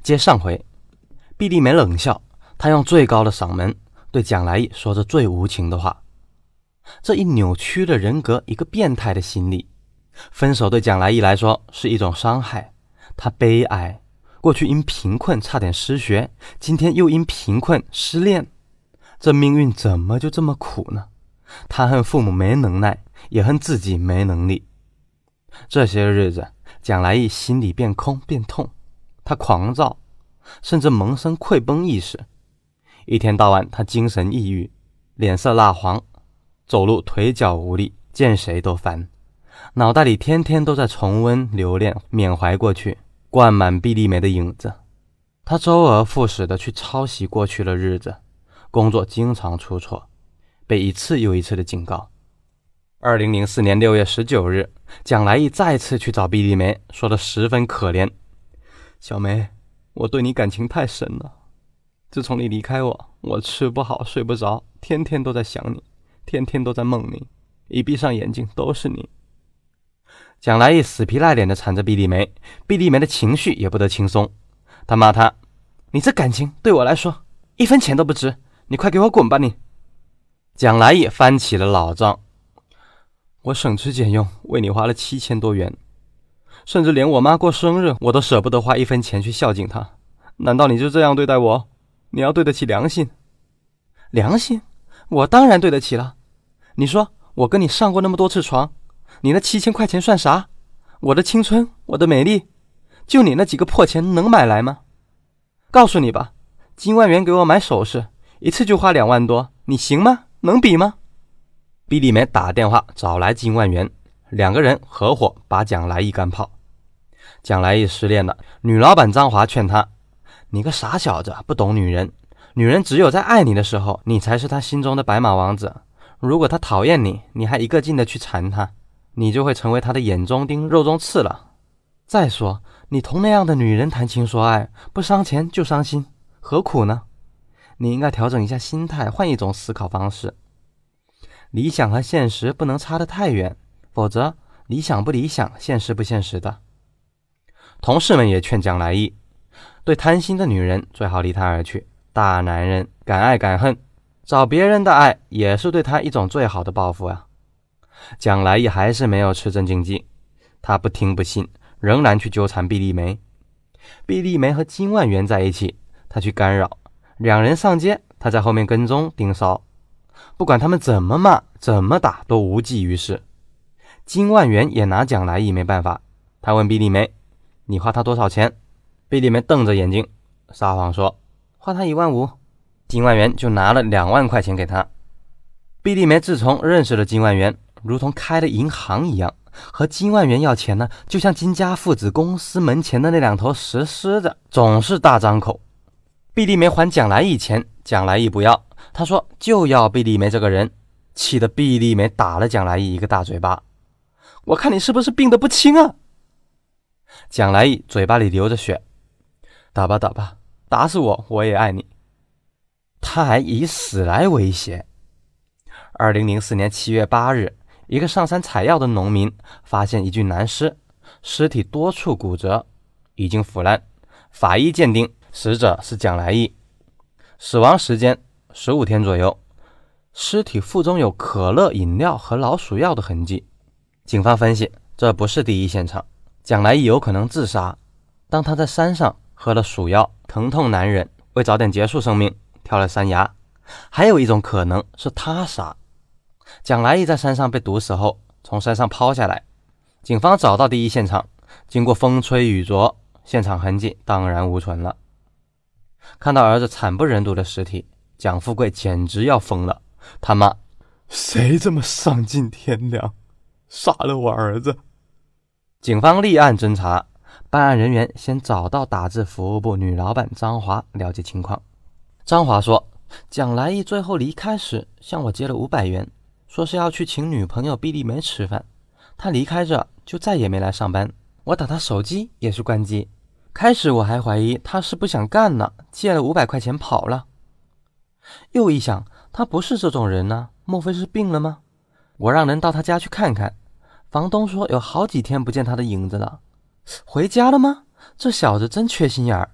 接上回，毕丽梅冷笑，她用最高的嗓门对蒋来义说着最无情的话。这一扭曲的人格，一个变态的心理。分手对蒋来义来说是一种伤害，他悲哀，过去因贫困差点失学，今天又因贫困失恋，这命运怎么就这么苦呢？他恨父母没能耐，也恨自己没能力。这些日子，蒋来义心里变空变痛，他狂躁，甚至萌生溃崩意识。一天到晚他精神抑郁，脸色蜡黄，走路腿脚无力，见谁都烦，脑袋里天天都在重温留恋缅怀过去，灌满毕丽梅的影子。他周而复始地去抄袭过去的日子，工作经常出错，被一次又一次的警告。2004年6月19日，蒋来义再次去找毕丽梅，说得十分可怜：小梅，我对你感情太深了，自从你离开我，我吃不好睡不着，天天都在想你，天天都在梦你，一闭上眼睛都是你。蒋来义死皮赖脸地缠着毕丽梅，毕丽梅的情绪也不得轻松。他骂他：你这感情对我来说1分钱都不值，你快给我滚吧你！蒋来义翻起了老账：我省吃俭用为你花了7000多元，甚至连我妈过生日我都舍不得花1分钱去孝敬她，难道你就这样对待我？你要对得起良心。良心？我当然对得起了。你说我跟你上过那么多次床，你那7000块钱算啥？我的青春，我的美丽，就你那几个破钱能买来吗？告诉你吧，金万元给我买首饰，一次就花2万多，你行吗？能比吗？毕丽梅打电话找来金万元，两个人合伙把蒋来义干炮。蒋来义失恋了，女老板张华劝他：你个傻小子，不懂女人，女人只有在爱你的时候，你才是她心中的白马王子。如果她讨厌你，你还一个劲的去缠她，你就会成为她的眼中钉肉中刺了。再说你同那样的女人谈情说爱，不伤钱就伤心，何苦呢？你应该调整一下心态，换一种思考方式。理想和现实不能差得太远，否则理想不理想，现实不现实的。同事们也劝蒋来义，对贪心的女人最好离他而去，大男人敢爱敢恨，找别人的爱也是对他一种最好的报复啊。蒋来义还是没有吃镇静剂，他不听不信，仍然去纠缠毕丽梅。毕丽梅和金万元在一起，他去干扰，两人上街，他在后面跟踪盯梢，不管他们怎么骂怎么打都无济于事。金万元也拿蒋来义没办法，他问毕丽梅：你花他多少钱？毕丽梅瞪着眼睛撒谎说：花他1万5。金万元就拿了2万块钱给他。毕丽梅自从认识了金万元，如同开了银行一样，和金万元要钱呢，就像金家父子公司门前的那2头石狮子，总是大张口。毕丽梅还蒋来义钱，蒋来义不要，他说就要毕丽梅这个人，气得毕丽梅打了蒋来义一个大嘴巴。我看你是不是病得不轻啊？蒋来义嘴巴里流着血，打吧打吧，打死我我也爱你。他还以死来威胁。2004年7月8日，一个上山采药的农民发现一具男尸，尸体多处骨折，已经腐烂，法医鉴定死者是蒋来义，死亡时间15天左右，尸体腹中有可乐饮料和老鼠药的痕迹。警方分析，这不是第一现场，蒋来义有可能自杀。当他在山上喝了鼠药，疼痛难忍，为早点结束生命跳了山崖。还有一种可能是他杀。蒋来义在山上被毒死后，从山上抛下来，警方找到第一现场，经过风吹雨着，现场痕迹荡然无存了。看到儿子惨不忍睹的尸体，蒋富贵简直要疯了，他骂：谁这么丧尽天良，杀了我儿子？警方立案侦查，办案人员先找到打字服务部女老板张华了解情况。张华说，蒋来义最后离开时向我借了500元，说是要去请女朋友毕丽梅吃饭，他离开这就再也没来上班，我打他手机也是关机。开始我还怀疑他是不想干了，借了500块钱跑了。又一想，他不是这种人啊，莫非是病了吗？我让人到他家去看看，房东说有好几天不见他的影子了。回家了吗？这小子真缺心眼儿，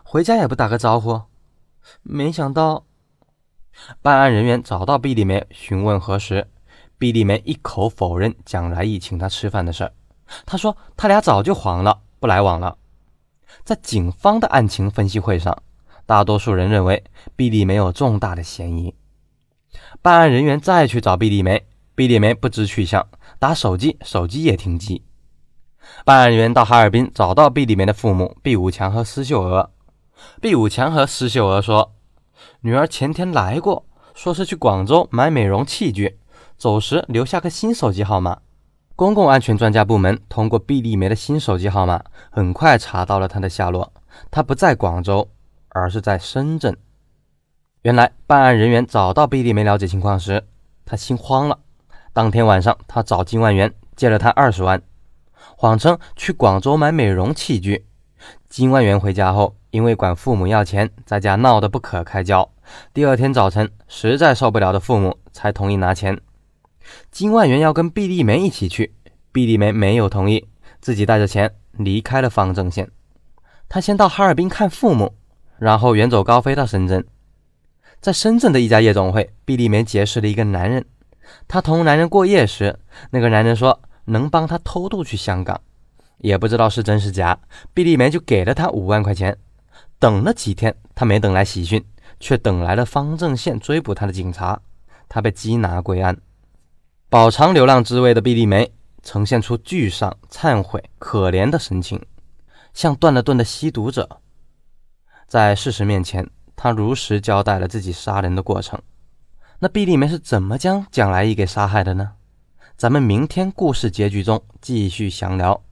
回家也不打个招呼。没想到办案人员找到毕丽梅询问核实，毕丽梅一口否认蒋来义请她吃饭的事儿。她说他俩早就黄了，不来往了。在警方的案情分析会上，大多数人认为毕丽梅有重大的嫌疑。办案人员再去找毕丽梅，毕丽梅不知去向，打手机，手机也停机。办案人员到哈尔滨找到毕丽梅的父母毕武强和施秀娥。毕武强和施秀娥说，女儿前天来过，说是去广州买美容器具，走时留下个新手机号码。公共安全专家部门通过毕丽梅的新手机号码，很快查到了她的下落。她不在广州，而是在深圳。原来办案人员找到毕丽梅了解情况时，她心慌了。当天晚上，她找金万元借了他20万，谎称去广州买美容器具。金万元回家后，因为管父母要钱，在家闹得不可开交。第二天早晨，实在受不了的父母才同意拿钱。金万元要跟毕丽梅一起去，毕丽梅没有同意，自己带着钱离开了方正县。他先到哈尔滨看父母，然后远走高飞到深圳。在深圳的一家夜总会，毕丽梅结识了一个男人。她同男人过夜时，那个男人说能帮她偷渡去香港，也不知道是真是假，毕丽梅就给了他5万块钱。等了几天，她没等来喜讯，却等来了方正县追捕她的警察，她被缉拿归案。饱尝流浪滋味的毕丽梅呈现出沮丧、忏悔、可怜的神情，像断了顿的吸毒者。在事实面前，她如实交代了自己杀人的过程。那毕丽梅是怎么将蒋来义给杀害的呢？咱们明天故事结局中继续详聊。